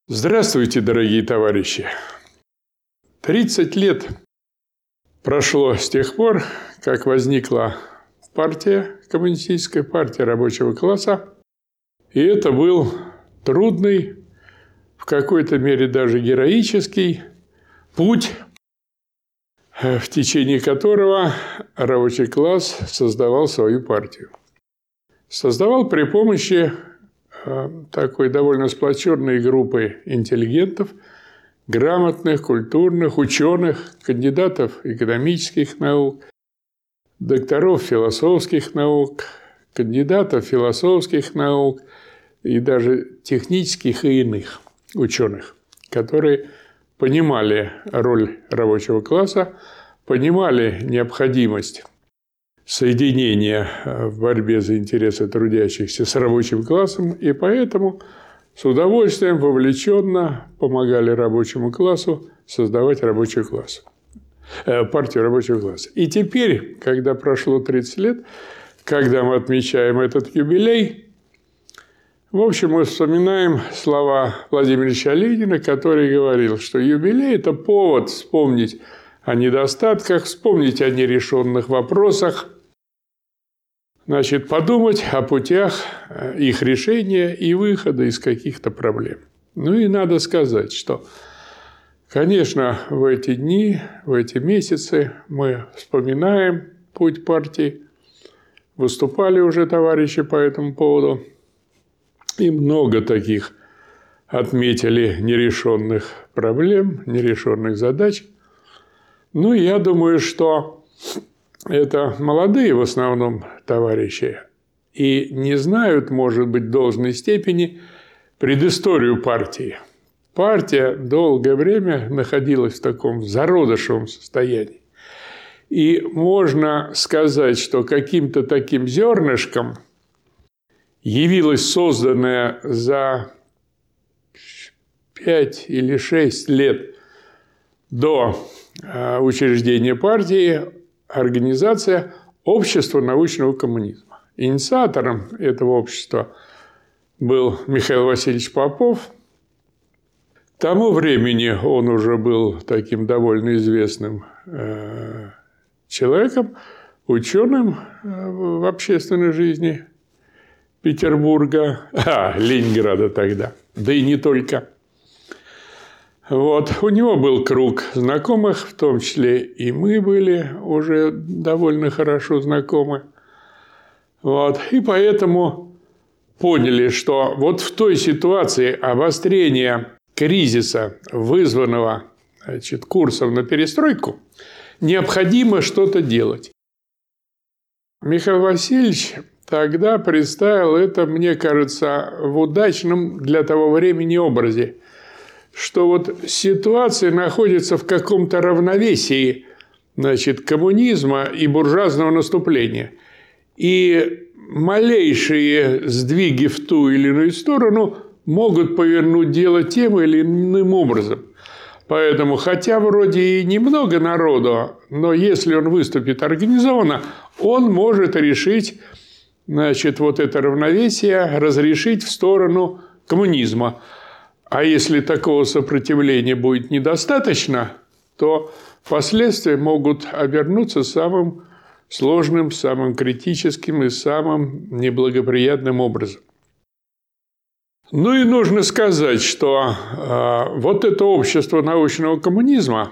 Здравствуйте, дорогие товарищи! 30 лет прошло с тех пор, как возникла партия, Коммунистическая партия рабочего класса. И это был трудный, в какой-то мере даже героический путь, в течение которого рабочий класс создавал свою партию. Создавал при помощи такой довольно сплоченной группы интеллигентов, грамотных, культурных, ученых, кандидатов экономических наук, докторов философских наук, кандидатов философских наук и даже технических и иных ученых, которые понимали роль рабочего класса, понимали необходимость соединения в борьбе за интересы трудящихся с рабочим классом, и поэтому с удовольствием вовлеченно помогали рабочему классу создавать рабочий класс, партию рабочего класса. И теперь, когда прошло 30 лет, когда мы отмечаем этот юбилей, в общем, мы вспоминаем слова Владимира Ильича Ленина, который говорил, что юбилей – это повод вспомнить о недостатках, вспомнить о нерешенных вопросах, значит, подумать о путях их решения и выхода из каких-то проблем. Ну и надо сказать, что, конечно, в эти дни, в эти месяцы мы вспоминаем путь партии, выступали уже товарищи по этому поводу, и много таких отметили нерешенных проблем, нерешенных задач. Ну, я думаю, что это молодые в основном товарищи и не знают, может быть, в должной степени предысторию партии. Партия долгое время находилась в таком зародышевом состоянии. И можно сказать, что каким-то таким зернышком явилась созданная за 5 или 6 лет до учреждения партии организация Общества научного коммунизма. Инициатором этого общества был Михаил Васильевич Попов. К тому времени он уже был таким довольно известным человеком, ученым в общественной жизни Петербурга, Ленинграда тогда, да и не только. Вот. У него был круг знакомых, в том числе и мы были уже довольно хорошо знакомы. Вот. И поэтому поняли, что вот в той ситуации обострения кризиса, вызванного, значит, курсом на перестройку, необходимо что-то делать. Михаил Васильевич тогда представил это, мне кажется, в удачном для того времени образе, что вот ситуация находится в каком-то равновесии, значит, коммунизма и буржуазного наступления. И малейшие сдвиги в ту или иную сторону могут повернуть дело тем или иным образом. Поэтому, хотя вроде и немного народу, но если он выступит организованно, он может решить, значит, вот это равновесие, разрешить в сторону коммунизма. А если такого сопротивления будет недостаточно, то последствия могут обернуться самым сложным, самым критическим и самым неблагоприятным образом. Ну и нужно сказать, что вот это общество научного коммунизма,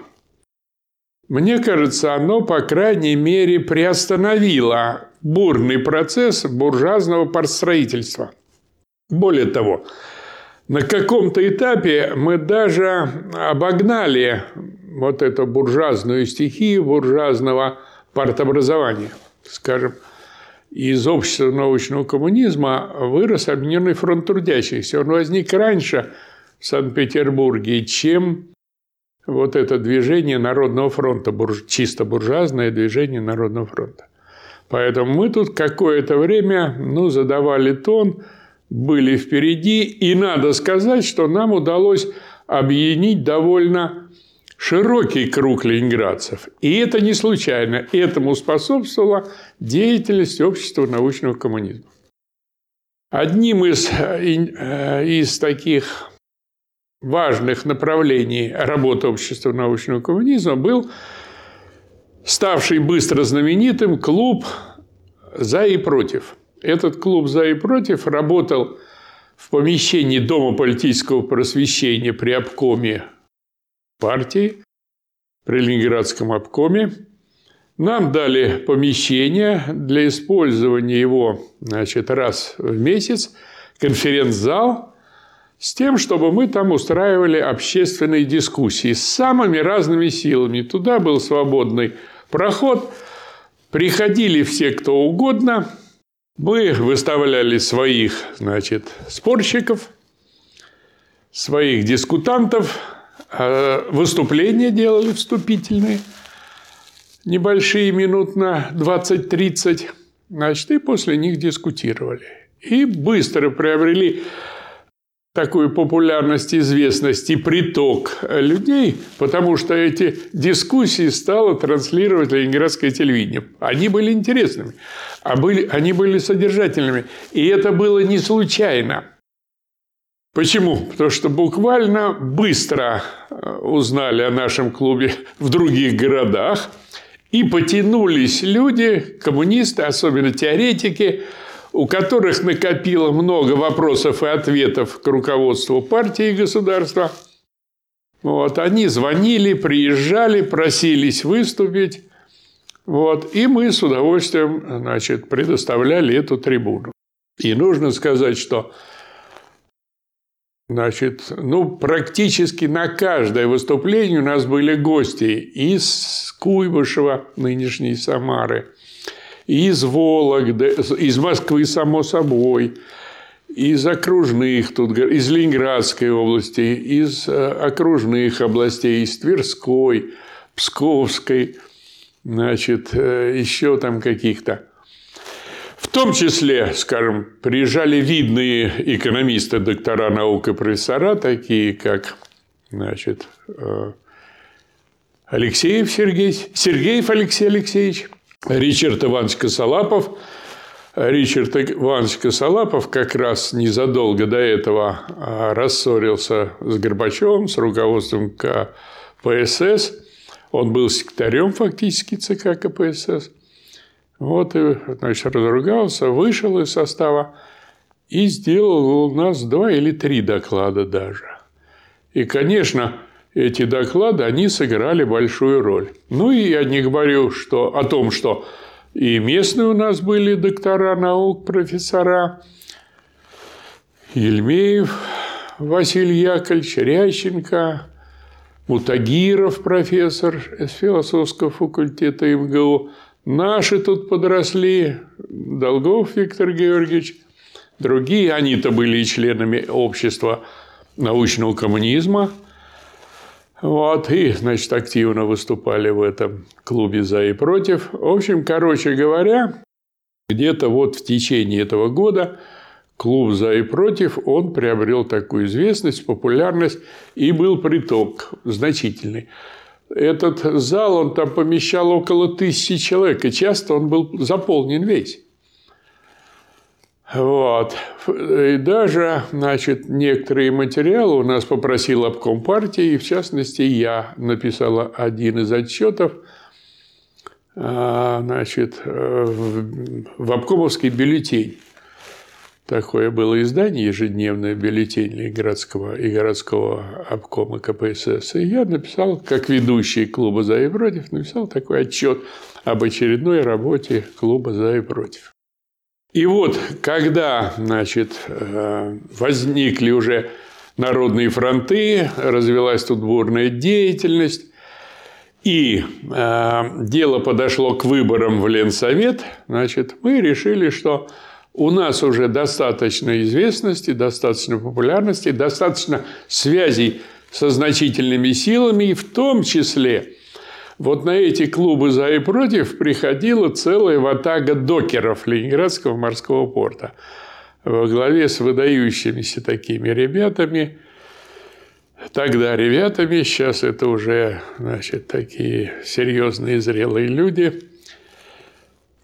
мне кажется, оно, по крайней мере, приостановило бурный процесс буржуазного партстроительства. Более того, на каком-то этапе мы даже обогнали вот эту буржуазную стихию буржуазного партобразования. Скажем, из общества научного коммунизма вырос Объединенный фронт трудящихся. Он возник раньше в Санкт-Петербурге, чем вот это движение Народного фронта, чисто буржуазное движение Народного фронта. Поэтому мы тут какое-то время задавали тон, были впереди, и надо сказать, что нам удалось объединить довольно широкий круг ленинградцев. И это не случайно. Этому способствовала деятельность общества научного коммунизма. Одним из таких важных направлений работы общества научного коммунизма был ставший быстро знаменитым клуб «За и против». Этот клуб «За и против» работал в помещении Дома политического просвещения при обкоме партии, при Ленинградском обкоме. Нам дали помещение для использования его, раз в месяц, конференц-зал, с тем, чтобы мы там устраивали общественные дискуссии с самыми разными силами. Туда был свободный проход, приходили все, кто угодно. Мы выставляли своих, спорщиков, своих дискутантов, выступления делали вступительные, небольшие, минут на 20-30, и после них дискутировали. И быстро приобрели такую популярность, известность и приток людей, потому что эти дискуссии стало транслировать Ленинградское телевидение. Они были интересными, они были содержательными. И это было не случайно. Почему? Потому что буквально быстро узнали о нашем клубе в других городах, и потянулись люди, коммунисты, особенно теоретики, у которых накопило много вопросов и ответов к руководству партии и государства. Они звонили, приезжали, просились выступить. И мы с удовольствием, предоставляли эту трибуну. И нужно сказать, что практически на каждое выступление у нас были гости из Куйбышева, нынешней Самары, из Вологды, из Москвы, само собой, из окружных, из Ленинградской области, из окружных областей, из Тверской, Псковской, еще там каких-то. В том числе, приезжали видные экономисты, доктора наук и профессора, такие как, Сергеев Алексей Алексеевич, Ричард Иванович Косолапов. Ричард Иванович Косолапов как раз незадолго до этого рассорился с Горбачевым, с руководством КПСС. Он был секретарем фактически ЦК КПСС. Разругался, вышел из состава и сделал у нас 2 или 3 доклада даже. И, конечно, эти доклады, они сыграли большую роль. И я не говорю о том, что и местные у нас были доктора наук, профессора. Ельмеев Василий Яковлевич, Рященко, Мутагиров, профессор из философского факультета МГУ. Наши тут подросли, Долгов Виктор Георгиевич, другие. Они-то были членами общества научного коммунизма. И, активно выступали в этом клубе «За и против». В общем, короче говоря, где-то в течение этого года клуб «За и против», он приобрел такую известность, популярность, и был приток значительный. Этот зал, он там помещал около 1000 человек, и часто он был заполнен весь. И даже, некоторые материалы у нас попросил обком партии, и в частности, я написал один из отчетов, в обкомовский бюллетень. Такое было издание, ежедневное бюллетень Ленинградского и городского обкома КПСС. И я написал, как ведущий клуба «За и против», написал такой отчет об очередной работе клуба «За и против». И когда, возникли уже народные фронты, развилась тут бурная деятельность, и дело подошло к выборам в Ленсовет, мы решили, что у нас уже достаточно известности, достаточно популярности, достаточно связей со значительными силами, и в том числе на эти клубы «За и против» приходила целая ватага докеров Ленинградского морского порта во главе с выдающимися такими ребятами. Тогда ребятами, сейчас это уже, такие серьезные зрелые люди.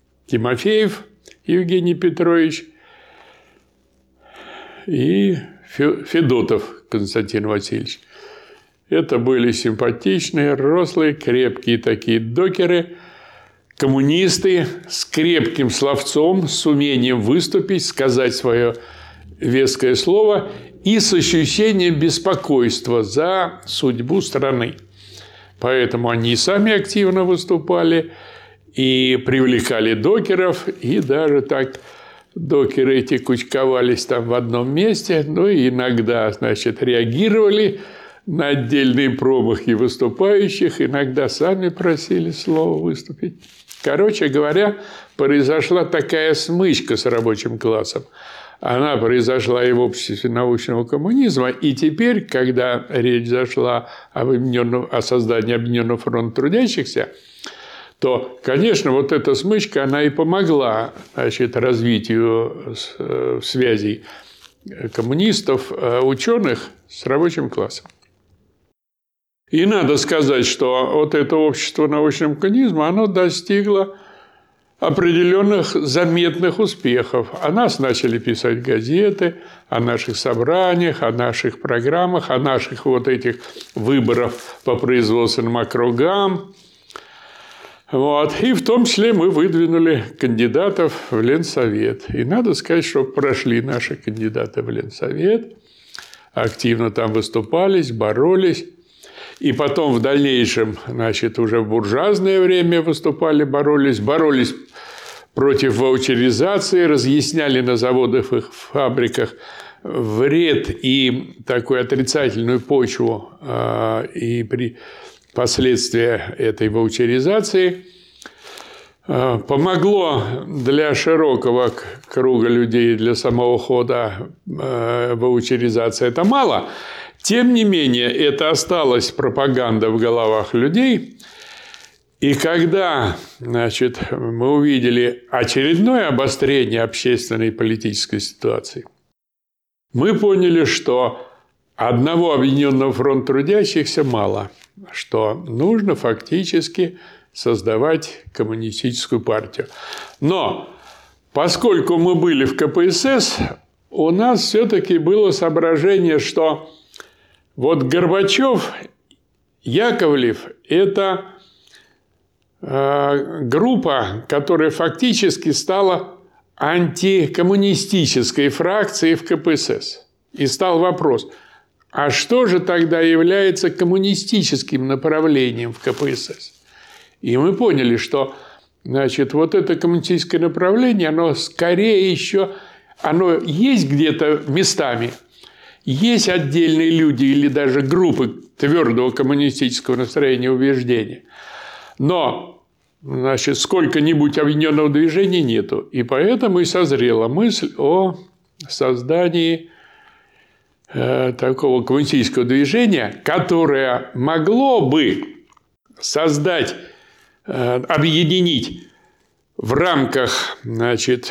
Тимофеев Евгений Петрович и Федотов Константин Васильевич. Это были симпатичные, рослые, крепкие такие докеры, коммунисты с крепким словцом, с умением выступить, сказать свое веское слово и с ощущением беспокойства за судьбу страны. Поэтому они сами активно выступали и привлекали докеров, и даже так докеры эти кучковались там в одном месте, ну и иногда, значит, реагировали на отдельные промахи выступающих, иногда сами просили слова выступить. Короче говоря, произошла такая смычка с рабочим классом. Она произошла и в обществе научного коммунизма, и теперь, когда речь зашла о создании Объединенного фронта трудящихся, то, конечно, вот эта смычка, она и помогла, значит, развитию связей коммунистов, ученых с рабочим классом. И надо сказать, что вот это общество научного коммунизма, оно достигло определенных заметных успехов. О нас начали писать газеты, о наших собраниях, о наших программах, о наших вот этих выборах по производственным округам. Вот. И в том числе мы выдвинули кандидатов в Ленсовет. И надо сказать, что прошли наши кандидаты в Ленсовет, активно там выступались, боролись. И потом в дальнейшем, значит, уже в буржуазное время выступали, боролись против ваучеризации, разъясняли на заводах и фабриках вред и такую отрицательную почву и последствия этой ваучеризации. Помогло для широкого круга людей, для самого хода ваучеризации это мало. Тем не менее, это осталась пропаганда в головах людей. И когда, значит, мы увидели очередное обострение общественной и политической ситуации, мы поняли, что одного Объединенного фронта трудящихся мало, что нужно фактически создавать коммунистическую партию. Но поскольку мы были в КПСС, у нас все-таки было соображение, что вот Горбачев, Яковлев – это группа, которая фактически стала антикоммунистической фракцией в КПСС. И стал вопрос, а что же тогда является коммунистическим направлением в КПСС? И мы поняли, что, значит, вот это коммунистическое направление, оно скорее еще, оно есть где-то местами. Есть отдельные люди или даже группы твердого коммунистического настроения и убеждения. Но, значит, сколько-нибудь объединенного движения нету. И поэтому и созрела мысль о создании такого коммунистического движения, которое могло бы создать, объединить в рамках, значит,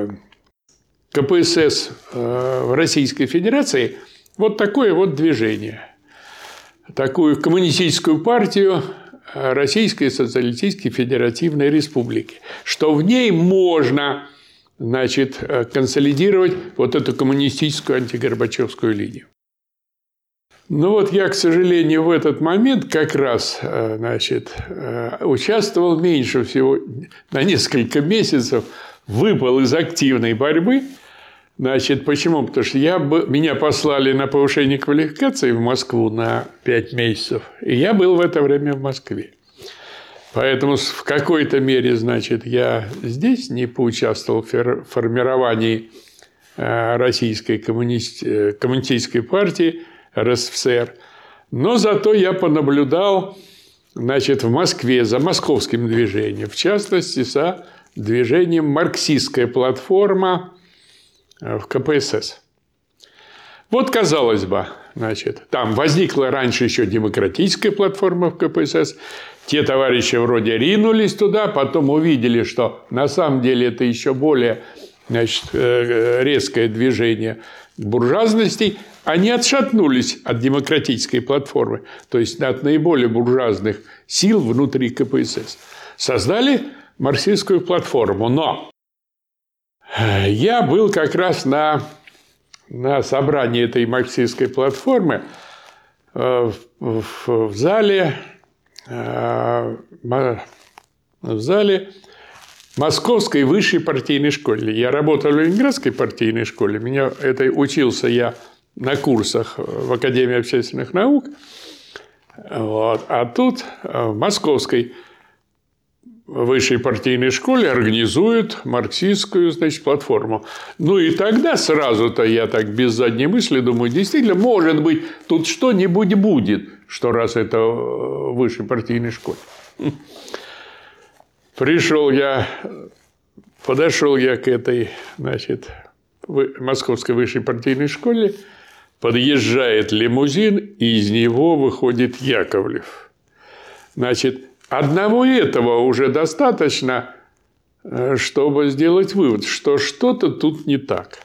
КПСС в Российской Федерации вот такое вот движение. Такую коммунистическую партию Российской Социалистической Федеративной Республики. Что в ней можно, значит, консолидировать вот эту коммунистическую антигорбачевскую линию. Ну вот я, к сожалению, в этот момент как раз, значит, участвовал меньше всего, на несколько месяцев выпал из активной борьбы. Значит, почему? Потому что меня послали на повышение квалификации в Москву на 5 месяцев, и я был в это время в Москве. Поэтому в какой-то мере, значит, я здесь не поучаствовал в формировании Российской коммунистической партии РСФСР, но зато я понаблюдал, значит, в Москве за московским движением, в частности, за движением «Марксистская платформа» в КПСС. Вот, казалось бы, значит, там возникла раньше еще демократическая платформа в КПСС. Те товарищи вроде ринулись туда, потом увидели, что на самом деле это еще более, значит, резкое движение буржуазности. Они отшатнулись от демократической платформы, то есть от наиболее буржуазных сил внутри КПСС. Создали марксистскую платформу. Но я был как раз на на собрании этой марксистской платформы в зале Московской высшей партийной школы. Я работал в Ленинградской партийной школе. Учился я на курсах в Академии общественных наук. Вот. А тут в Московской высшей партийной школе организуют марксистскую, значит, платформу. Ну и тогда сразу-то я так без задней мысли думаю, действительно, может быть, тут что-нибудь будет, что раз это в высшей партийной школе. Подошел я к этой, значит, Московской высшей партийной школе, подъезжает лимузин, и из него выходит Яковлев. Значит, одного этого уже достаточно, чтобы сделать вывод, что что-то тут не так.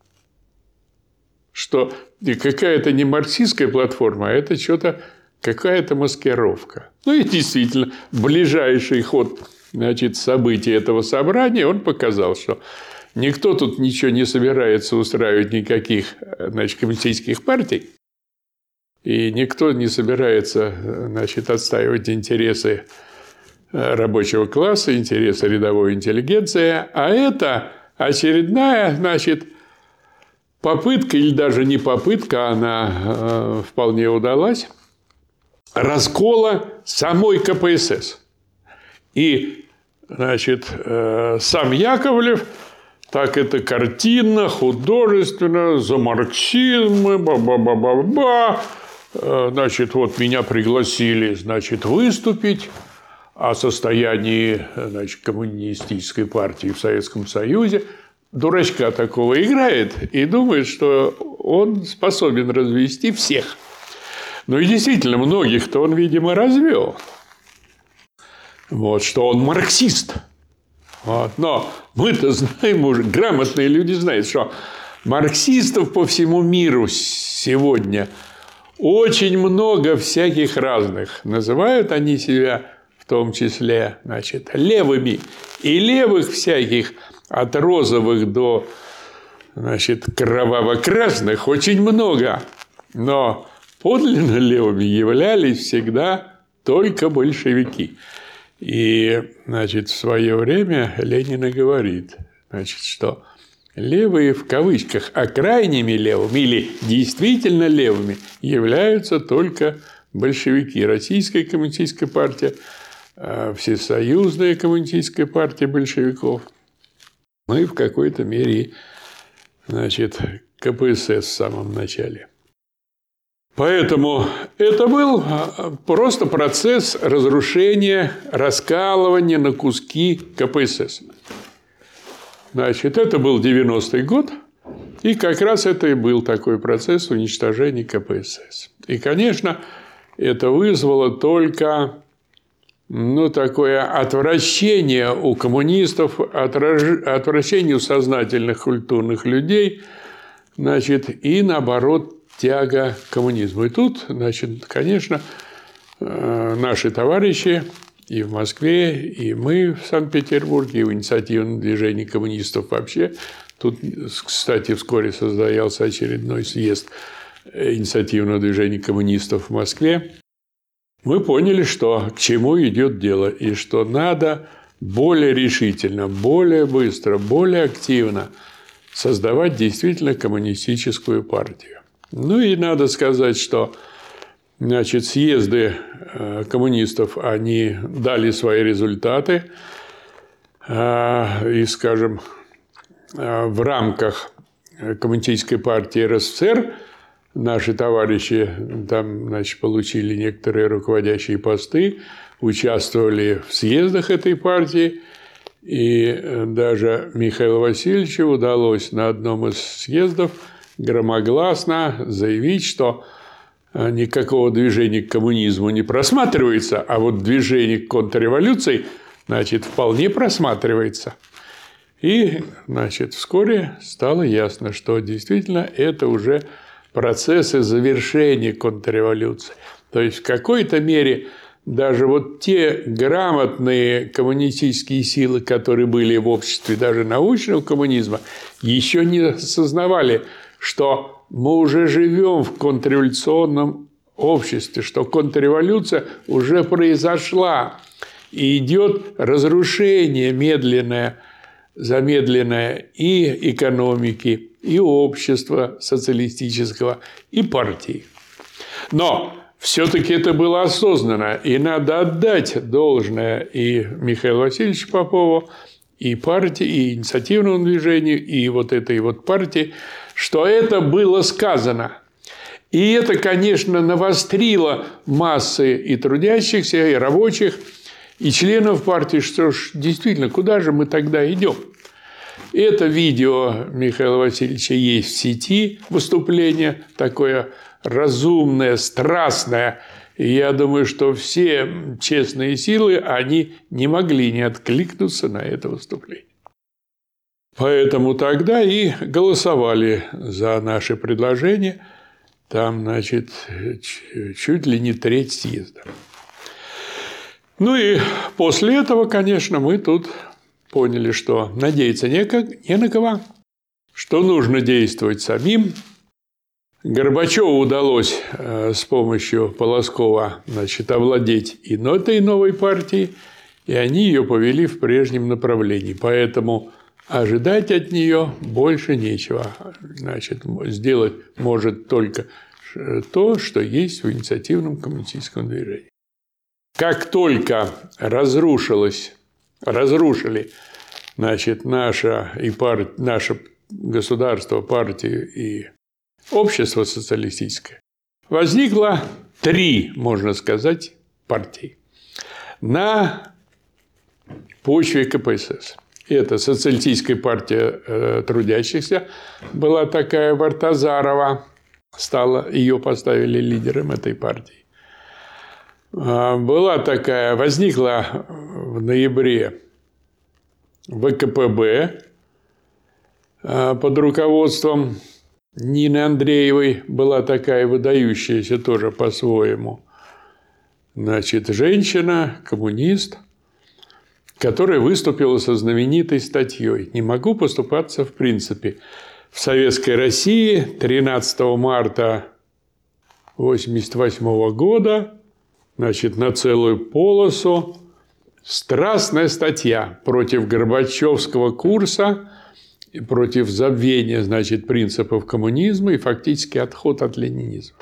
Что какая-то не марксистская платформа, а это что-то, какая-то маскировка. Ну и действительно, ближайший ход, значит, событий этого собрания, он показал, что никто тут ничего не собирается устраивать, никаких, значит, коммунистических партий. И никто не собирается, значит, отстаивать интересы рабочего класса, интересы рядовой интеллигенции. А это очередная, значит, попытка, или даже не попытка, она вполне удалась, раскола самой КПСС. И, значит, сам Яковлев так это картинно, художественно, за марксизм, ба-ба-ба-ба-ба. Значит, вот меня пригласили, значит, выступить о состоянии, значит, коммунистической партии в Советском Союзе. Дурачка такого играет и думает, что он способен развести всех. Ну и действительно, многих-то он, видимо, развел. Вот, что он марксист. Вот. Но мы-то знаем уже, грамотные люди знают, что марксистов по всему миру сегодня очень много всяких разных. Называют они себя в том числе, значит, левыми. И левых всяких от розовых до, значит, кроваво-красных очень много. Но подлинно левыми являлись всегда только большевики. И, значит, в свое время Ленин и говорит, значит, что левые в кавычках, а крайними левыми или действительно левыми являются только большевики. Российская коммунистическая партия, Всесоюзная коммунистическая партия большевиков, ну и в какой-то мере, значит, КПСС в самом начале. Поэтому это был просто процесс разрушения, раскалывания на куски КПСС. Значит, это был 90-й год, и как раз это и был такой процесс уничтожения КПСС. И, конечно, это вызвало только, ну, такое отвращение у коммунистов, отвращение у сознательных культурных людей, значит, и, наоборот, тяга к коммунизму. И тут, значит, конечно, наши товарищи и в Москве, и мы в Санкт-Петербурге, и в инициативном движении коммунистов вообще. Тут, кстати, вскоре состоялся очередной съезд инициативного движения коммунистов в Москве. Мы поняли, что к чему идет дело, и что надо более решительно, более быстро, более активно создавать действительно коммунистическую партию. Ну и надо сказать, что, значит, съезды коммунистов, они дали свои результаты. И, скажем, в рамках Коммунистической партии РСФСР наши товарищи там, значит, получили некоторые руководящие посты, участвовали в съездах этой партии. И даже Михаилу Васильевичу удалось на одном из съездов громогласно заявить, что никакого движения к коммунизму не просматривается, а вот движение к контрреволюции, значит, вполне просматривается. И, значит, вскоре стало ясно, что действительно это уже процессы завершения контрреволюции. То есть в какой-то мере даже вот те грамотные коммунистические силы, которые были в обществе даже научного коммунизма, еще не осознавали, что мы уже живем в контрреволюционном обществе, что контрреволюция уже произошла, и идет разрушение медленное, замедленное и экономики, и общества социалистического, и партии. Но все-таки это было осознанно, и надо отдать должное и Михаилу Васильевичу Попову, и партии, и инициативному движению, и вот этой вот партии, что это было сказано. И это, конечно, навострило массы и трудящихся, и рабочих, и членов партии, что ж, действительно, куда же мы тогда идем? Это видео Михаила Васильевича есть в сети, выступление такое разумное, страстное. И я думаю, что все честные силы, они не могли не откликнуться на это выступление. Поэтому тогда и голосовали за наши предложения. Там, значит, чуть ли не треть съезда. Ну и после этого, конечно, мы тут поняли, что надеяться не на кого, что нужно действовать самим. Горбачеву удалось с помощью Полоскова, значит, овладеть и этой новой партией, и они ее повели в прежнем направлении. Поэтому ожидать от нее больше нечего. Значит, сделать может только то, что есть в инициативном коммунистическом движении. Как только разрушили, значит, наше государство, партию и общество социалистическое, возникло 3, можно сказать, партии на почве КПСС. Это Социалистическая партия трудящихся, была такая Вартазарова, ее поставили лидером этой партии. Была такая, возникла в ноябре ВКПБ под руководством Нины Андреевой, была такая выдающаяся тоже по-своему, значит, женщина, коммунист, которая выступила со знаменитой статьей «Не могу поступаться в принципе». В Советской России 13 марта 1988 года, значит, на целую полосу, страстная статья против Горбачевского курса, против забвения, значит, принципов коммунизма и фактически отход от ленинизма.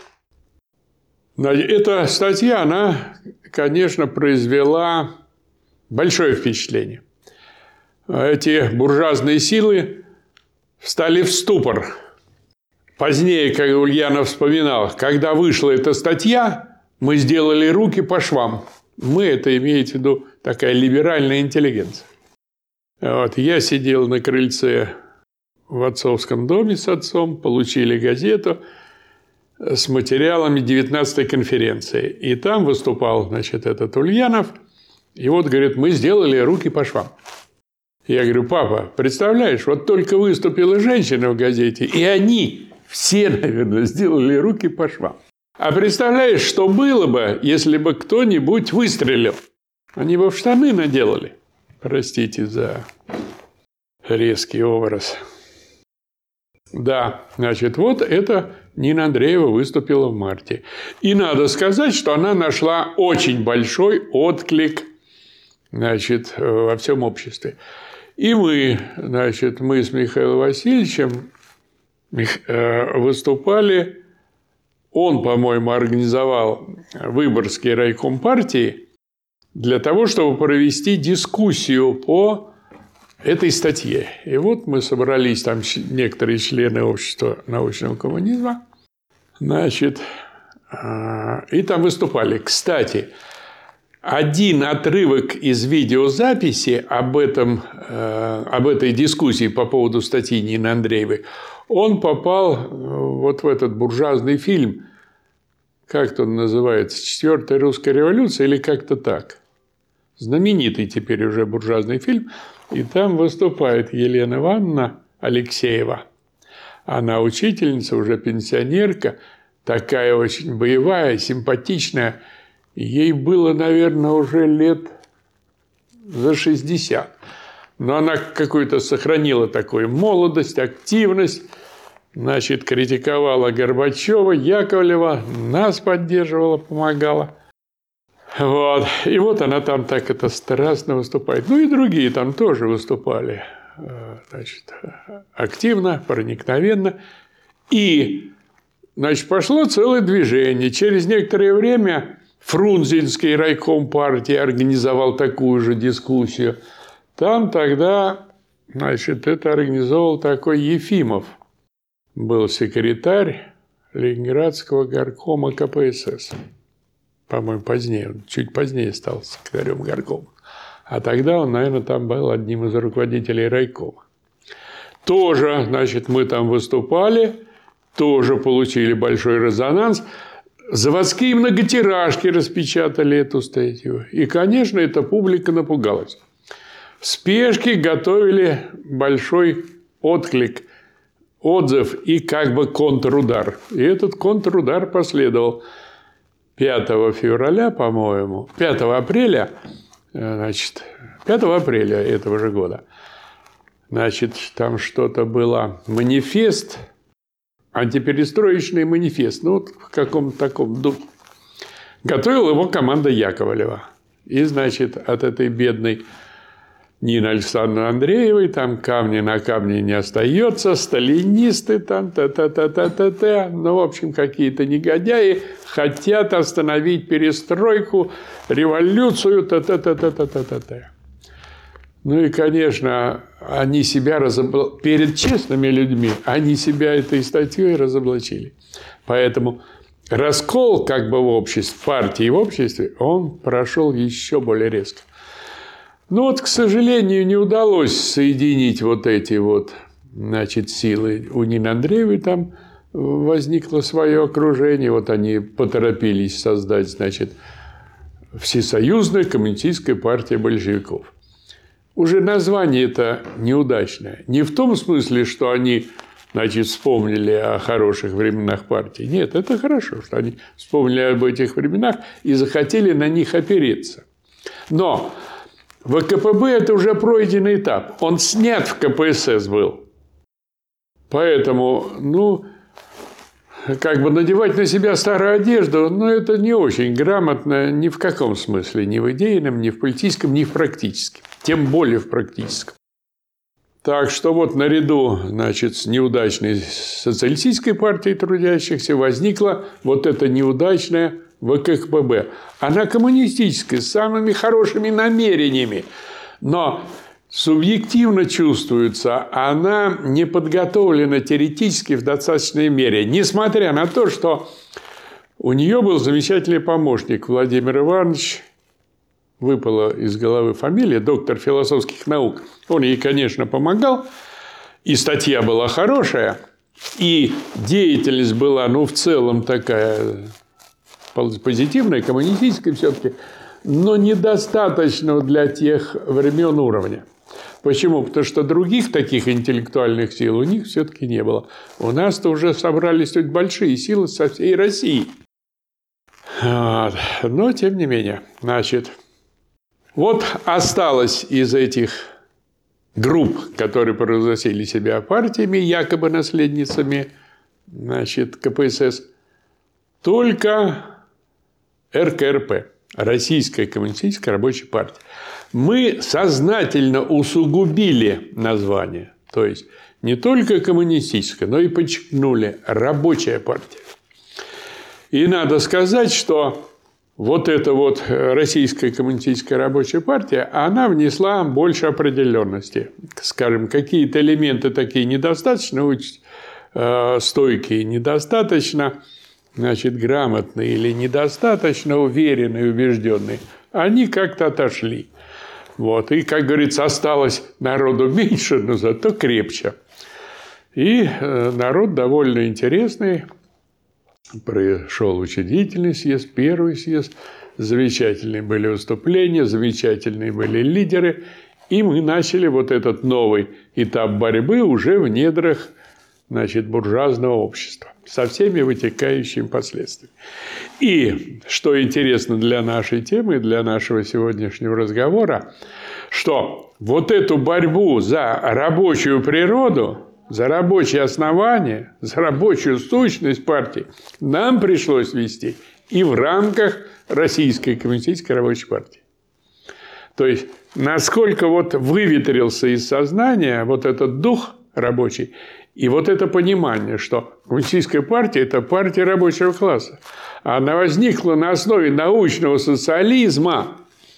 Эта статья, она, конечно, произвела большое впечатление. Эти буржуазные силы встали в ступор. Позднее, как Ульянов вспоминал, когда вышла эта статья, мы сделали руки по швам. Мы, это имеет в виду такая либеральная интеллигенция. Вот, я сидел на крыльце в отцовском доме с отцом, получили газету с материалами 19-й конференции. И там выступал, значит, этот Ульянов. И вот, говорит, мы сделали руки по швам. Я говорю, папа, представляешь, вот только выступила женщина в газете, и они все, наверное, сделали руки по швам. А представляешь, что было бы, если бы кто-нибудь выстрелил? Они бы в штаны наделали. Простите за резкий образ. Да, значит, вот это Нина Андреева выступила в марте. И надо сказать, что она нашла очень большой отклик, значит, во всем обществе. И мы, значит, мы с Михаилом Васильевичем выступали. Он, по-моему, организовал Выборгский райком партии для того, чтобы провести дискуссию по этой статье. И вот мы собрались, там некоторые члены общества научного коммунизма, значит, и там выступали. Кстати, один отрывок из видеозаписи об этой дискуссии по поводу статьи Нины Андреевой, он попал вот в этот буржуазный фильм, как он называется, «Четвертая русская революция» или как-то так. Знаменитый теперь уже буржуазный фильм. И там выступает Елена Ивановна Алексеева. Она учительница, уже пенсионерка, такая очень боевая, симпатичная. Ей было, наверное, уже лет за 60. Но она какую-то сохранила такую молодость, активность. значит, критиковала Горбачева, Яковлева, нас поддерживала, помогала. Вот. И вот она там так это страстно выступает. Ну и другие там тоже выступали, значит, активно, проникновенно. И, значит, пошло целое движение. Через некоторое время Фрунзенский райком партии организовал такую же дискуссию. Там тогда, значит, это организовал такой Ефимов. Был секретарь Ленинградского горкома КПСС. По-моему, позднее. Он чуть позднее стал секретарем горкома. А тогда он, наверное, там был одним из руководителей райкома. Тоже, значит, мы там выступали, тоже получили большой резонанс. Заводские многотиражки распечатали эту статью. И, конечно, эта публика напугалась. В спешке готовили большой отклик, отзыв и как бы контрудар. И этот контрудар последовал 5 февраля, по-моему, 5 апреля, значит, 5 апреля этого же года. Значит, там что-то было, манифест, антиперестроечный манифест, ну, вот в каком-то таком духе. Готовила его команда Яковлева. И, значит, от этой бедной Нины Александровны Андреевой там камни на камне не остается, сталинисты там, та-та-та-та-та-та. Ну, в общем, какие-то негодяи хотят остановить перестройку, революцию, та-та-та-та-та-та-та. Ну и, конечно, они себя перед честными людьми, они себя этой статьей разоблачили. Поэтому раскол как бы в обществе, партии в обществе, он прошел еще более резко. Но вот, к сожалению, не удалось соединить вот эти вот, значит, силы. У Нины Андреевой там возникло свое окружение. Вот они поторопились создать, значит, Всесоюзная коммунистическая партия большевиков. Уже название это неудачное. Не в том смысле, что они, значит, вспомнили о хороших временах партии. Нет, это хорошо, что они вспомнили об этих временах и захотели на них опереться. Но ВКПБ – это уже пройденный этап. Он снят в КПСС был. Поэтому, ну, как бы надевать на себя старую одежду, ну, это не очень грамотно ни в каком смысле. Ни в идейном, ни в политическом, ни в практическом. Тем более в практическом. Так что вот наряду, значит, с неудачной социалистической партией трудящихся возникла вот эта неудачная ВКПБ. Она коммунистическая, с самыми хорошими намерениями. Но субъективно чувствуется, она не подготовлена теоретически в достаточной мере. Несмотря на то, что у нее был замечательный помощник Владимир Иванович, выпала из головы фамилия, доктор философских наук. Он ей, конечно, помогал, и статья была хорошая, и деятельность была, ну, в целом такая позитивная, коммунистическая все-таки, но недостаточного для тех времен уровня. Почему? Потому что других таких интеллектуальных сил у них все-таки не было. У нас-то уже собрались тут большие силы со всей России. Вот. Но, тем не менее, значит, вот осталось из этих групп, которые провозгласили себя партиями, якобы наследницами, значит, КПСС, только РКРП, Российская коммунистическая рабочая партия. Мы сознательно усугубили название. То есть, не только коммунистическая, но и подчеркнули рабочая партия. И надо сказать, что вот эта вот Российская коммунистическая рабочая партия, она внесла больше определенности. Скажем, какие-то элементы такие недостаточно стойкие, недостаточно, значит, грамотные или недостаточно уверенные, убежденные, они как-то отошли. Вот. И, как говорится, осталось народу меньше, но зато крепче. И народ довольно интересный. Прошел учредительный съезд, первый съезд. Замечательные были выступления, замечательные были лидеры. И мы начали вот этот новый этап борьбы уже в недрах, значит, буржуазного общества со всеми вытекающими последствиями. И, что интересно для нашей темы, для нашего сегодняшнего разговора, что вот эту борьбу за рабочую природу, за рабочие основания, за рабочую сущность партии нам пришлось вести и в рамках Российской коммунистической рабочей партии. То есть, насколько вот выветрился из сознания вот этот дух рабочий и вот это понимание, что коммунистическая партия – это партия рабочего класса. Она возникла на основе научного социализма,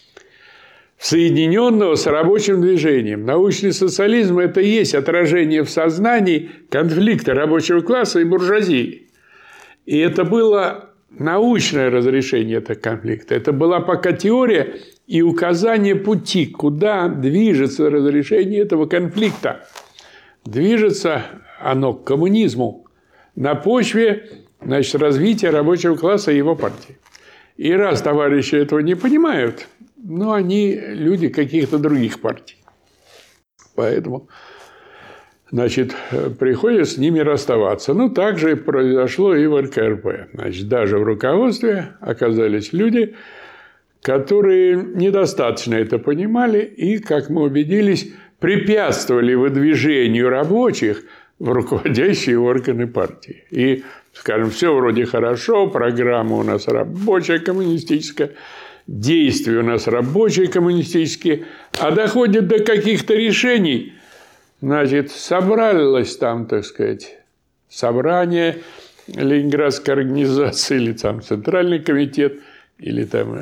соединенного с рабочим движением. Научный социализм – это и есть отражение в сознании конфликта рабочего класса и буржуазии. И это было научное разрешение этого конфликта. Это была пока теория и указание пути, куда движется разрешение этого конфликта. Движется оно к коммунизму на почве, значит, развития рабочего класса и его партии. И раз товарищи этого не понимают, но они люди каких-то других партий. Поэтому, значит, приходится с ними расставаться. Ну, так же произошло и в РКРП. Значит, даже в руководстве оказались люди, которые недостаточно это понимали и, как мы убедились, препятствовали выдвижению рабочих в руководящие органы партии. И, скажем, все вроде хорошо, программа у нас рабочая коммунистическая, действия у нас рабочие коммунистические, а доходит до каких-то решений, значит, собралось там, так сказать, собрание Ленинградской организации или там Центральный комитет, или там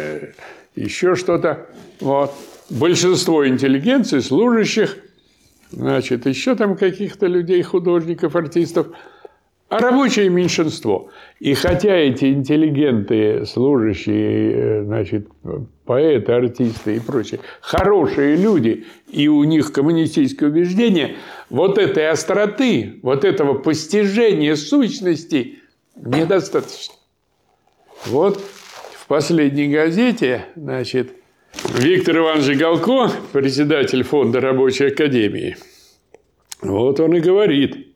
еще что-то. Вот. Большинство интеллигенции, служащих, значит, еще там каких-то людей, художников, артистов, а рабочее меньшинство. И хотя эти интеллигенты, служащие, значит, поэты, артисты и прочие, хорошие люди, и у них коммунистические убеждения, вот этой остроты, вот этого постижения сущности недостаточно. Вот в последней газете, значит, Виктор Иванович Галко, председатель фонда Рабочей академии, вот он и говорит,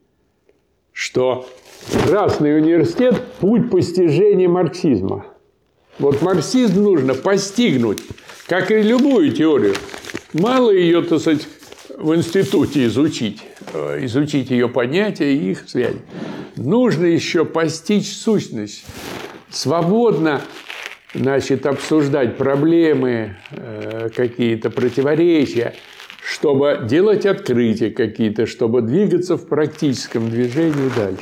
что Красный университет – путь постижения марксизма. Вот марксизм нужно постигнуть, как и любую теорию. Мало ее, так сказать, в институте изучить ее понятия и их связи. Нужно еще постичь сущность, свободно, значит, обсуждать проблемы, какие-то противоречия, чтобы делать открытия какие-то, чтобы двигаться в практическом движении дальше.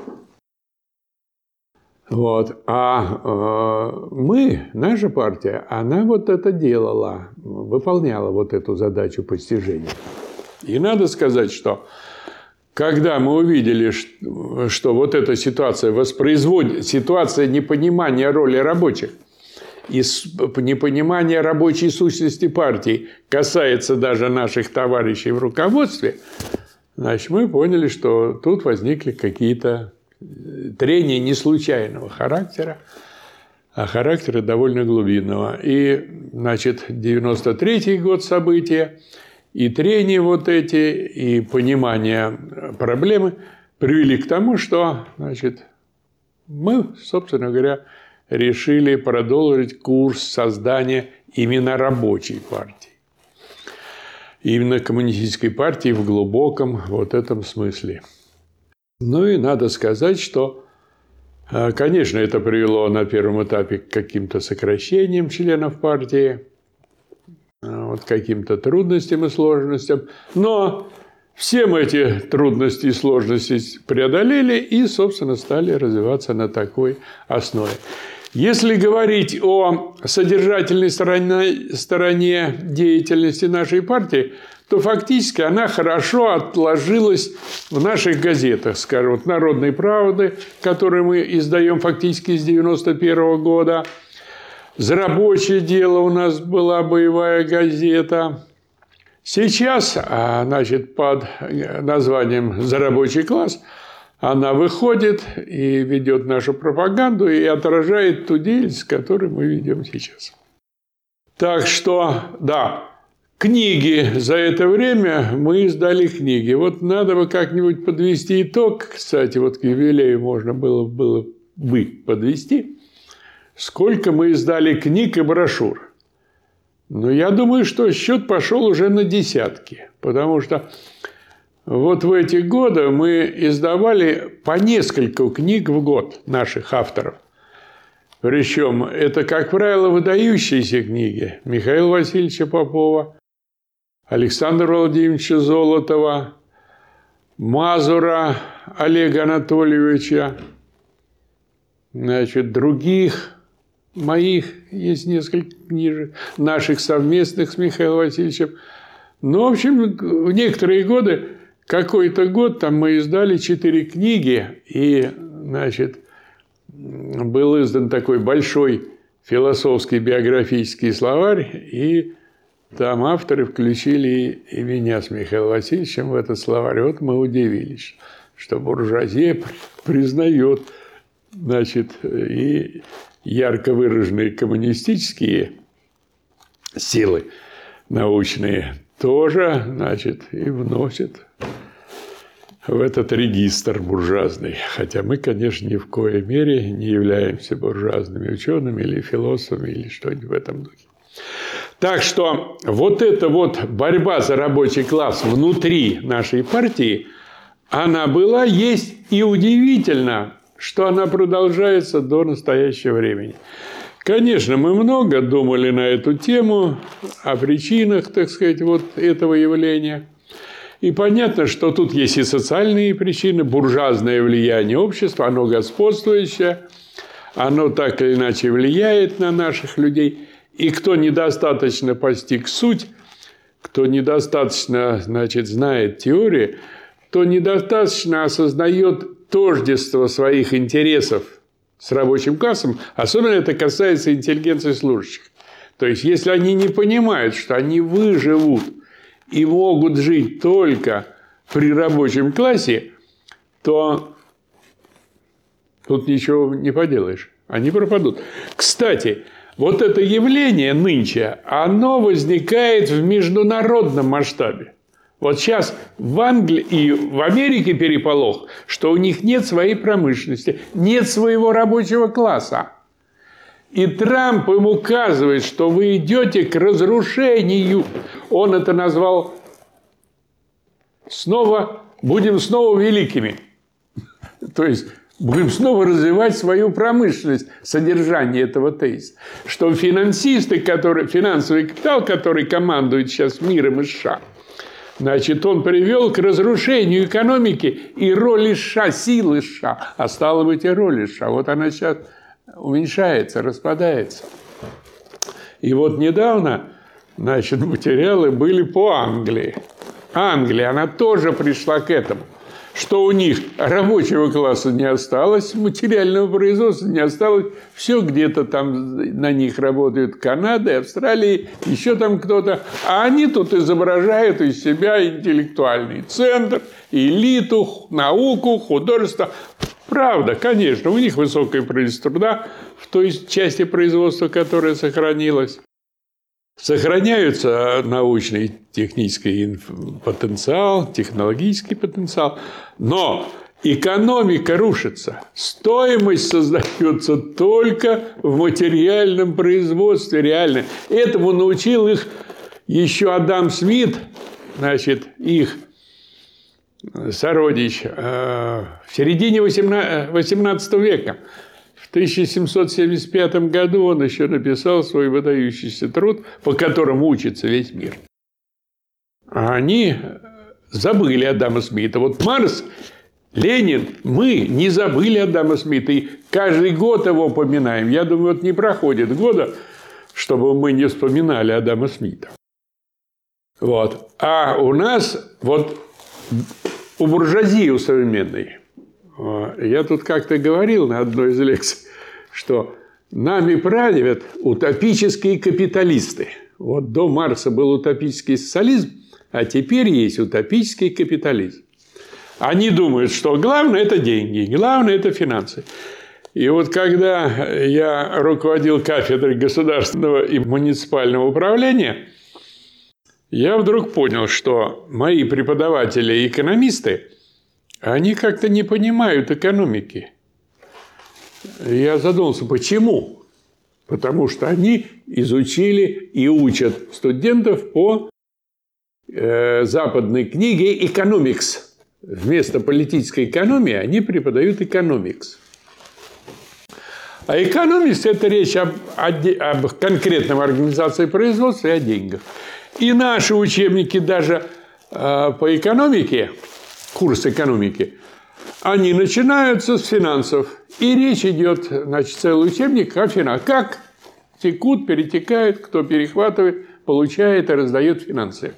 Вот. А мы, наша партия, она вот это делала, выполняла вот эту задачу постижения. И надо сказать, что когда мы увидели, что вот эта ситуация воспроизводит, ситуация непонимания роли рабочих, и непонимание рабочей сущности партии касается даже наших товарищей в руководстве, значит, мы поняли, что тут возникли какие-то трения не случайного характера, а характера довольно глубинного. И, значит, 93-й год события, и трения вот эти, и понимание проблемы привели к тому, что, значит, мы, собственно говоря, решили продолжить курс создания именно рабочей партии. Именно коммунистической партии в глубоком вот этом смысле. Ну и надо сказать, что, конечно, это привело на первом этапе к каким-то сокращениям членов партии, вот каким-то трудностям и сложностям. Но все мы эти трудности и сложности преодолели и, собственно, стали развиваться на такой основе. Если говорить о содержательной стороне деятельности нашей партии, то фактически она хорошо отложилась в наших газетах. Скажем, вот «Народной правды», которые мы издаем фактически с 1991 года. «За рабочее дело» у нас была боевая газета. Сейчас, значит, под названием «За рабочий класс» она выходит и ведет нашу пропаганду и отражает ту деятельность, которую мы ведем сейчас. Так что, да, книги за это время мы издали книги. Вот надо бы как-нибудь подвести итог. Кстати, вот к юбилею можно было бы подвести. Сколько мы издали книг и брошюр. Но я думаю, что счет пошел уже на десятки. Потому что Вот в эти годы мы издавали по несколько книг в год наших авторов. Причем это, как правило, выдающиеся книги Михаила Васильевича Попова, Александра Владимировича Золотова, Мазура Олега Анатольевича, других моих есть несколько книжек, наших совместных с Михаилом Васильевичем. Ну, в общем, в некоторые годы, какой-то год, там мы издали 4 книги, и, был издан такой большой философский биографический словарь, и там авторы включили и меня с Михаилом Васильевичем в этот словарь. Вот мы удивились, что буржуазия признает, и ярко выраженные коммунистические силы научные тоже, и вносит в этот регистр буржуазный. Хотя мы, конечно, ни в коей мере не являемся буржуазными учеными или философами, или что-нибудь в этом духе. Так что вот эта вот борьба за рабочий класс внутри нашей партии, она была, есть, и удивительно, что она продолжается до настоящего времени. Конечно, мы много думали на эту тему, о причинах, вот этого явления. И понятно, что тут есть и социальные причины, буржуазное влияние общества, оно господствующее, оно так или иначе влияет на наших людей. И кто недостаточно постиг суть, кто недостаточно, знает теорию, кто недостаточно осознает тождество своих интересов с рабочим классом, особенно это касается интеллигенции служащих. То есть, если они не понимают, что они выживут и могут жить только при рабочем классе, то тут ничего не поделаешь. Они пропадут. Кстати, вот это явление нынче, оно возникает в международном масштабе. Вот сейчас в Англии и в Америке переполох, что у них нет своей промышленности, нет своего рабочего класса. И Трамп им указывает, что вы идете к разрушению. Он это назвал будем снова великими. То есть будем снова развивать свою промышленность, содержание этого тезиса. Что финансисты, финансовый капитал, который командует сейчас миром и США, он привел к разрушению экономики и роли США, силы США, а стало быть и роли США. Вот она сейчас уменьшается, распадается. И вот недавно, материалы были по Англии. Англия, она тоже пришла к этому, что у них рабочего класса не осталось, материального производства не осталось, все где-то там на них работают Канада, Австралия, еще там кто-то, а они тут изображают из себя интеллектуальный центр, элиту, науку, художество. Правда, конечно, у них высокое производство труда в той части производства, которая сохранилась. Сохраняются научный, технический потенциал, технологический потенциал, но экономика рушится. Стоимость создается только в материальном производстве реально. Этому научил их еще Адам Смит, их сородич, в середине XVIII века. В 1775 году он еще написал свой выдающийся труд, по которому учится весь мир. А они забыли Адама Смита. Вот Маркс, Ленин, мы не забыли Адама Смита. И каждый год его упоминаем. Я думаю, вот не проходит года, чтобы мы не вспоминали Адама Смита. Вот. А у нас, у буржуазии, у современной, я тут как-то говорил на одной из лекций, что нами правят утопические капиталисты. Вот до Маркса был утопический социализм, а теперь есть утопический капитализм. Они думают, что главное – это деньги, главное – это финансы. И вот когда я руководил кафедрой государственного и муниципального управления, я вдруг понял, что мои преподаватели и экономисты, они как-то не понимают экономики. Я задумался, почему? Потому что они изучили и учат студентов по западной книги «Экономикс». Вместо политической экономии они преподают «Экономикс». А «Экономикс» – это речь об конкретном организации производства и о деньгах. И наши учебники даже по экономике, курс экономики, они начинаются с финансов. И речь идет, значит, целый учебник о финансах. Как текут, перетекают, кто перехватывает, получает и раздает финансы.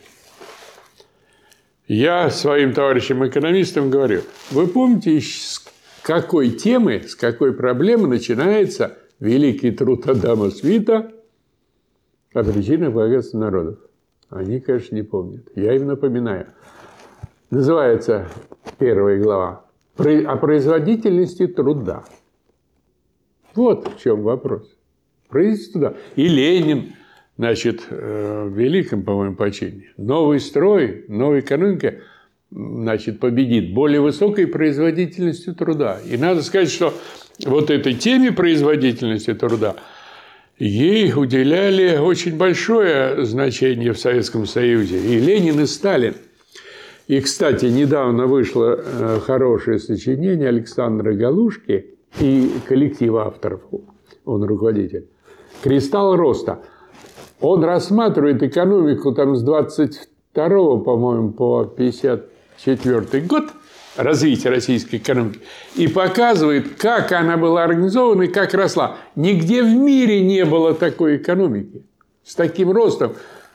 Я своим товарищам-экономистам говорю, вы помните, с какой темы, с какой проблемы начинается великий труд Адама Смита о причинах богатства народов? Они, конечно, не помнят. Я им напоминаю. Называется первая глава о производительности труда. Вот в чем вопрос. Производительность труда. И Ленин, значит, в великом, по-моему, почине. Новый строй, новая экономика, значит, победит более высокой производительностью труда. И надо сказать, что вот этой теме производительности труда ей уделяли очень большое значение в Советском Союзе. И Ленин, и Сталин. И, кстати, недавно вышло хорошее сочинение Александра Галушки и коллектива авторов, он руководитель, «Кристалл роста». Он рассматривает экономику там с 22, по-моему, по 54 год, развитие российской экономики, и показывает, как она была организована и как росла. Нигде в мире не было такой экономики с таким ростом.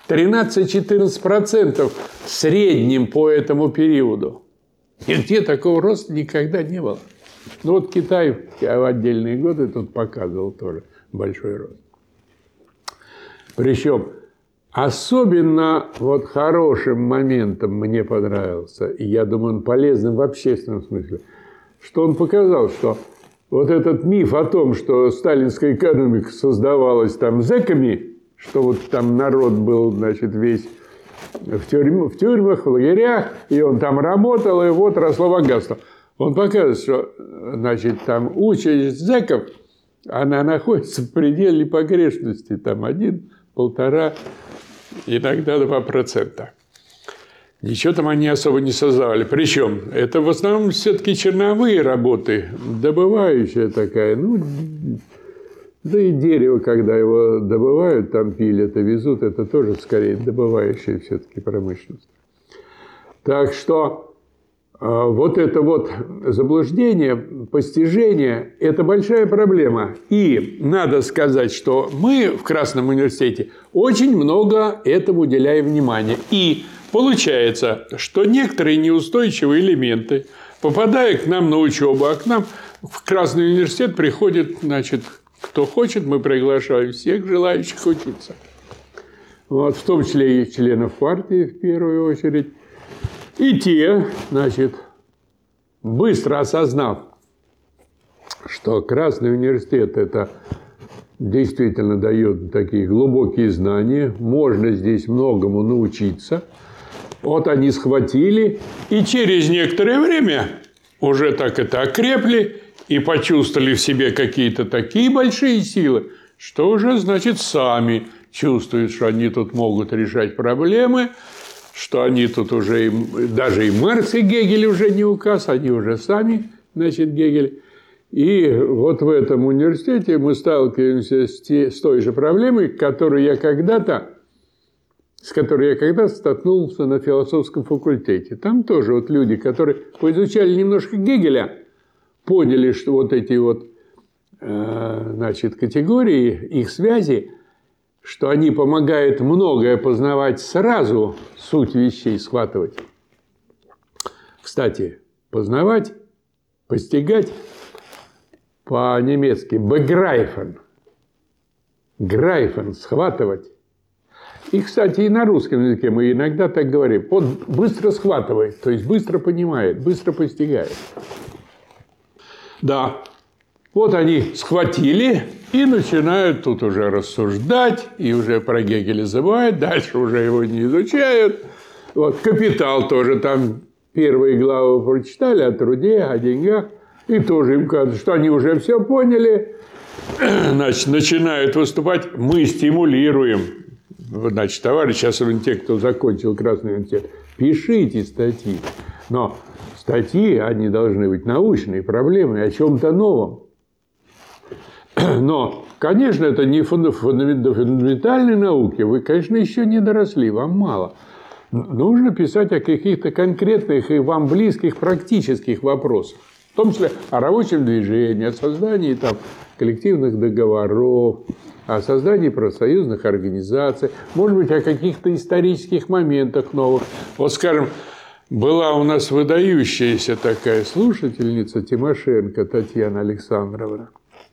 13-14% в среднем по этому периоду. Нигде такого роста никогда не было. Ну вот Китай в отдельные годы тут показывал тоже большой рост. Причем особенно вот хорошим моментом мне понравился, и я думаю, он полезным в общественном смысле, что он показал, что вот этот миф о том, что сталинская экономика создавалась там зэками, что вот там народ был, значит, весь в тюрьмах, в лагерях, и он там работал, и вот росло богатство. Он показывает, что, значит, там участь зэков, она находится в пределе погрешности, там 1, 1,5, иногда 2%. Ничего там они особо не создавали. Причем это в основном все-таки черновые работы, добывающая такая, ну, да и дерево, когда его добывают, там пилят и везут, это тоже скорее добывающая все-таки промышленность. Так что вот это вот заблуждение, постижение – это большая проблема. И надо сказать, что мы в Красном университете очень много этому уделяем внимания. И получается, что некоторые неустойчивые элементы, попадая к нам на учебу, а к нам в Красный университет приходит, значит, кто хочет, мы приглашаем всех желающих учиться. Вот, в том числе и членов партии, в первую очередь. И те, значит, быстро осознав, что Красный университет – это действительно дает такие глубокие знания, можно здесь многому научиться, вот они схватили, и через некоторое время уже так это окрепли, и почувствовали в себе какие-то такие большие силы, что уже, значит, сами чувствуют, что они тут могут решать проблемы, что они тут уже, даже и Маркс, и Гегель уже не указ, они уже сами, значит, Гегель. И вот в этом университете мы сталкиваемся с той же проблемой, с которой я когда-то столкнулся на философском факультете. Там тоже вот люди, которые поизучали немножко Гегеля, поняли, что вот эти вот, значит, категории, их связи, что они помогают многое познавать сразу, суть вещей схватывать. Кстати, познавать, постигать по-немецки begreifen, greifen, схватывать. И, кстати, и на русском языке мы иногда так говорим. Он быстро схватывает, то есть быстро понимает, быстро постигает. Да, вот они схватили и начинают тут уже рассуждать, и уже про Гегеля забывают, дальше уже его не изучают. Вот «Капитал» тоже там первые главы прочитали о труде, о деньгах, и тоже им кажется, что они уже все поняли, значит, начинают выступать, мы стимулируем. значит, товарищи, особенно те, кто закончил Красный университет, пишите статьи. Но статьи, они должны быть научные, проблемы о чем-то новом. Но, конечно, это не фундаментальной науки. Вы, конечно, еще не доросли, вам мало. Нужно писать о каких-то конкретных и вам близких практических вопросах. В том числе о рабочем движении, о создании там, коллективных договоров, о создании профсоюзных организаций, может быть, о каких-то исторических моментах новых. Вот, скажем, была у нас выдающаяся такая слушательница Тимошенко Татьяна Александровна.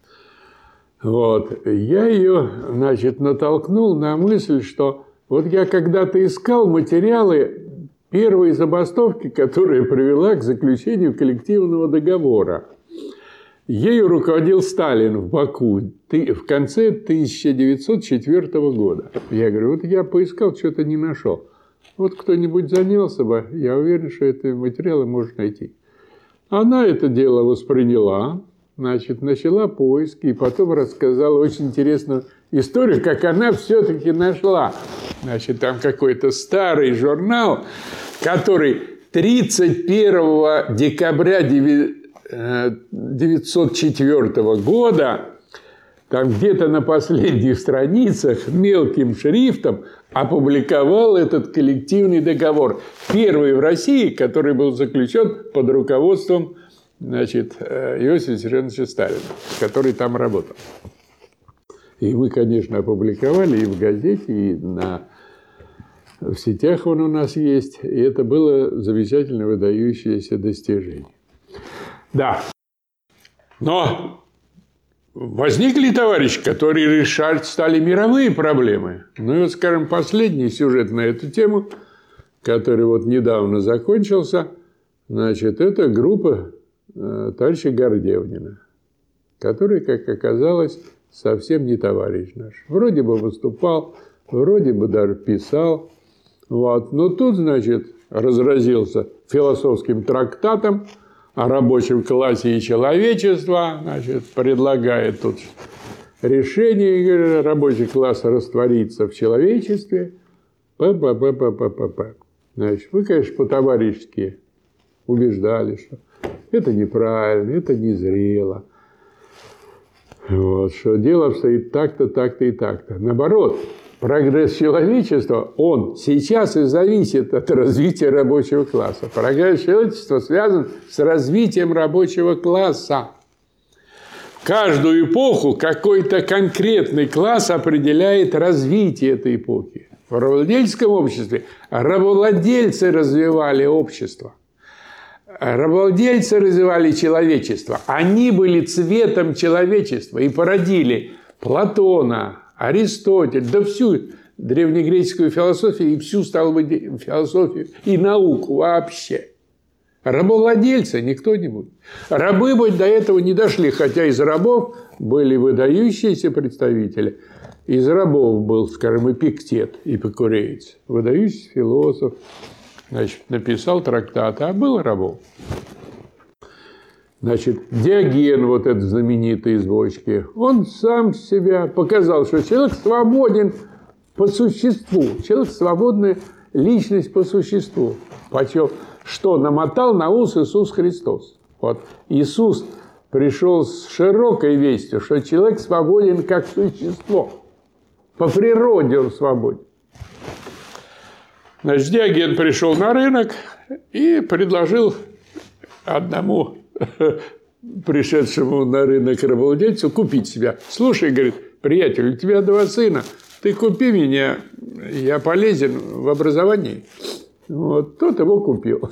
Вот. Я ее, значит, натолкнул на мысль, что вот я когда-то искал материалы первой забастовки, которая привела к заключению коллективного договора. Ею руководил Сталин в Баку в конце 1904 года. Я говорю, вот я поискал, что-то не нашел. Вот кто-нибудь занялся бы, я уверен, что эти материалы можно найти. Она это дело восприняла, значит, начала поиски, и потом рассказала очень интересную историю, как она все-таки нашла. Значит, там какой-то старый журнал, который 31 декабря 1904 года, там где-то на последних страницах мелким шрифтом опубликовал этот коллективный договор. Первый в России, который был заключен под руководством, значит, Иосифа Виссарионовича Сталина, который там работал. И мы, конечно, опубликовали и в газете, и в сетях он у нас есть. И это было замечательно выдающееся достижение. Да. Но возникли товарищи, которые решать стали мировые проблемы. Ну и вот, скажем, последний сюжет на эту тему, который вот недавно закончился, значит, это группа товарища Гордевнина, который, как оказалось, совсем не товарищ наш. Вроде бы выступал, вроде бы даже писал. Вот. Но тут, значит, разразился философским трактатом о рабочем классе и человечества. Значит, предлагает тут решение, рабочий класс растворится в человечестве. Значит, вы, конечно, по-товарищески убеждали, что это неправильно, это незрело. Вот, что дело обстоит так-то, так-то и так-то. Наоборот, прогресс человечества, он сейчас и зависит от развития рабочего класса. Прогресс человечества связан с развитием рабочего класса. В каждую эпоху какой-то конкретный класс определяет развитие этой эпохи. В рабовладельческом обществе рабовладельцы развивали общество. Рабовладельцы развивали человечество. Они были цветом человечества и породили Платона, Аристотеля, да всю древнегреческую философию и всю, стало быть, философию и науку вообще. Рабовладельцы никто не будет. Рабы бы до этого не дошли, хотя из рабов были выдающиеся представители. Из рабов был, скажем, Эпиктет, эпикуреец, выдающийся философ. Значит, написал трактат, а был рабов. Значит, Диоген, вот этот знаменитый из бочки, он сам себя показал, что человек свободен по существу. Человек свободная личность по существу. Почему? Что намотал на ус Иисус Христос. Вот. Иисус пришел с широкой вестью, что человек свободен как существо. По природе он свободен. Значит, Диоген пришел на рынок и предложил одному пришедшему на рынок рабовладельцу купить себя. Слушай, говорит, приятель, у тебя 2 сына, ты купи меня, я полезен в образовании. Вот, тот его купил.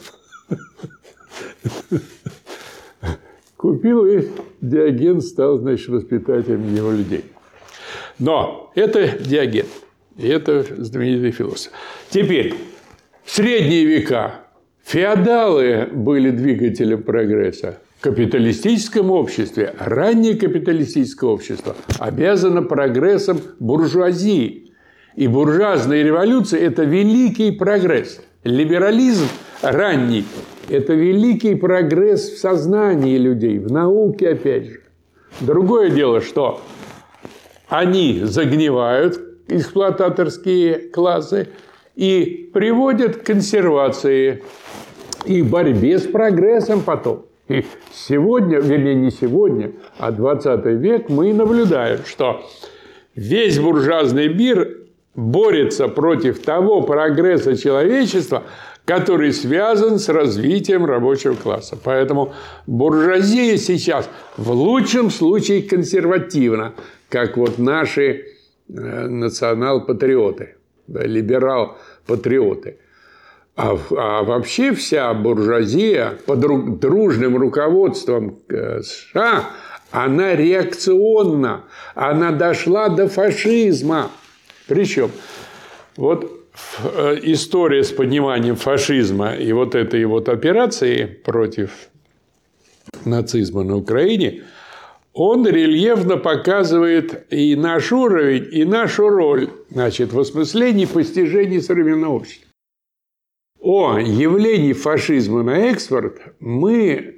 Купил, и Диоген стал, значит, воспитателем его людей. Но это Диоген. И это знаменитый философ. Теперь, в средние века феодалы были двигателем прогресса. В капиталистическом обществе, раннее капиталистическое общество обязано прогрессом буржуазии. И буржуазная революция – это великий прогресс. Либерализм ранний – это великий прогресс в сознании людей, в науке, опять же. Другое дело, что они загнивают, эксплуататорские классы и приводят к консервации и борьбе с прогрессом потом. И сегодня, вернее, не сегодня, а 20 век мы наблюдаем, что весь буржуазный мир борется против того прогресса человечества, который связан с развитием рабочего класса. Поэтому буржуазия сейчас в лучшем случае консервативна, как вот наши национал-патриоты, да, либерал-патриоты. А вообще вся буржуазия под дружным руководством США, она реакционна, она дошла до фашизма. Причем вот история с подниманием фашизма и вот этой вот операции против нацизма на Украине, он рельефно показывает и наш уровень, и нашу роль, значит, в осмыслении постижений современного общества. О явлении фашизма на экспорт мы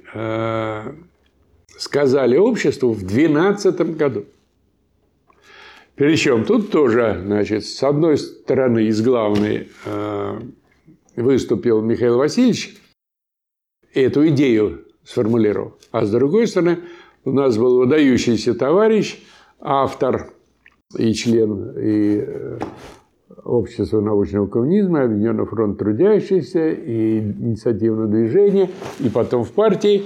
сказали обществу в 2012 году. Причем тут тоже, значит, с одной стороны, из главной выступил Михаил Васильевич, эту идею сформулировал, а с другой стороны, у нас был выдающийся товарищ, автор и член и Общества научного коммунизма, Объединенный фронт трудящихся, и инициативное движение, и потом в партии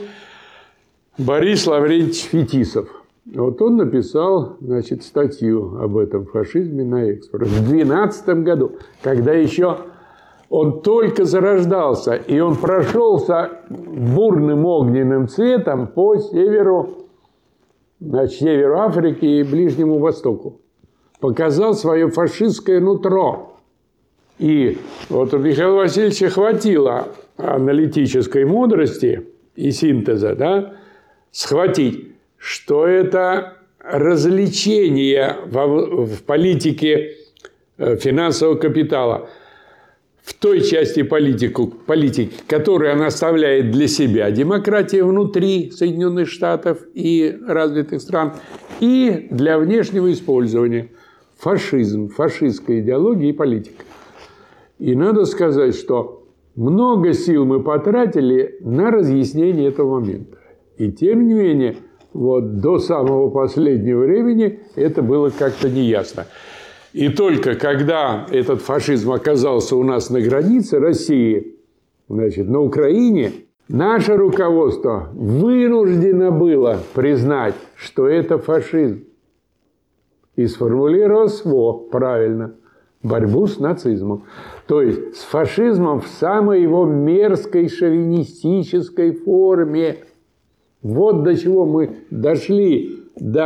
Борис Лаврентьевич Фетисов. Вот он написал, значит, статью об этом фашизме на экспорт в 2012 году, когда еще он только зарождался, и он прошелся бурным огненным цветом по северу, значит, северу Африки и Ближнему Востоку. Показал свое фашистское нутро. И вот у Михаила Васильевича хватило аналитической мудрости и синтеза, да, схватить, что это развлечение в политике финансового капитала, в той части политики, которую она оставляет для себя, демократия внутри Соединенных Штатов и развитых стран, и для внешнего использования фашизм, фашистская идеология и политика. И надо сказать, что много сил мы потратили на разъяснение этого момента. И тем не менее, вот до самого последнего времени это было как-то неясно. И только когда этот фашизм оказался у нас на границе России, значит, на Украине, наше руководство вынуждено было признать, что это фашизм. И сформулировать правильно борьбу с нацизмом. То есть с фашизмом в самой его мерзкой шовинистической форме. Вот до чего мы дошли,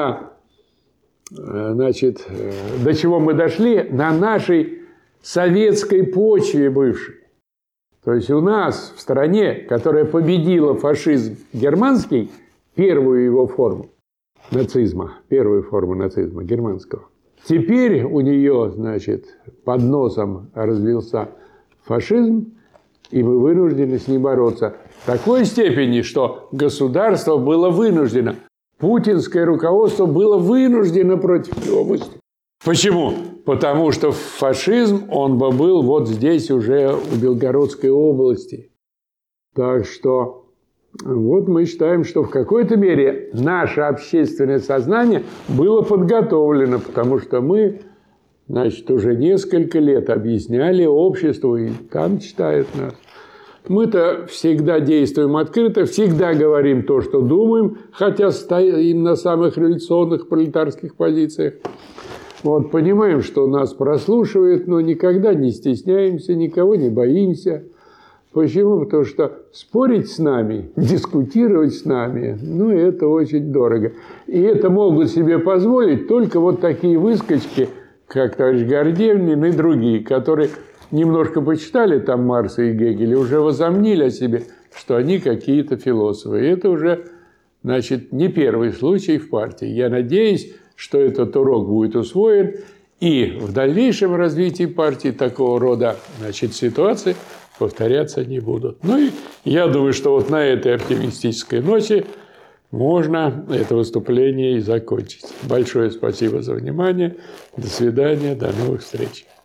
значит, до чего мы дошли на нашей советской почве бывшей. То есть у нас в стране, которая победила фашизм германский, первую его форму нацизма, первую форму нацизма германского, теперь у нее, значит, под носом развился фашизм, и мы вынуждены с ним бороться в такой степени, что государство было вынуждено, путинское руководство было вынуждено против него выступить. Почему? Потому что фашизм, он бы был вот здесь уже у Белгородской области. Так что вот мы считаем, что в какой-то мере наше общественное сознание было подготовлено, потому что мы, значит, уже несколько лет объясняли обществу, и там читают нас. Мы-то всегда действуем открыто, всегда говорим то, что думаем, хотя стоим на самых революционных пролетарских позициях. Вот, понимаем, что нас прослушивают, но никогда не стесняемся, никого не боимся. Почему? Потому что спорить с нами, дискутировать с нами, ну, это очень дорого. И это могут себе позволить только вот такие выскочки, как товарищ Гордеевнин и другие, которые немножко почитали там Маркса и Гегеля, уже возомнили о себе, что они какие-то философы. И это уже, значит, не первый случай в партии. Я надеюсь, что этот урок будет усвоен, и в дальнейшем развитии партии такого рода, значит, ситуации повторяться не будут. Ну и я думаю, что вот на этой оптимистической ноте можно это выступление и закончить. Большое спасибо за внимание. До свидания, до новых встреч.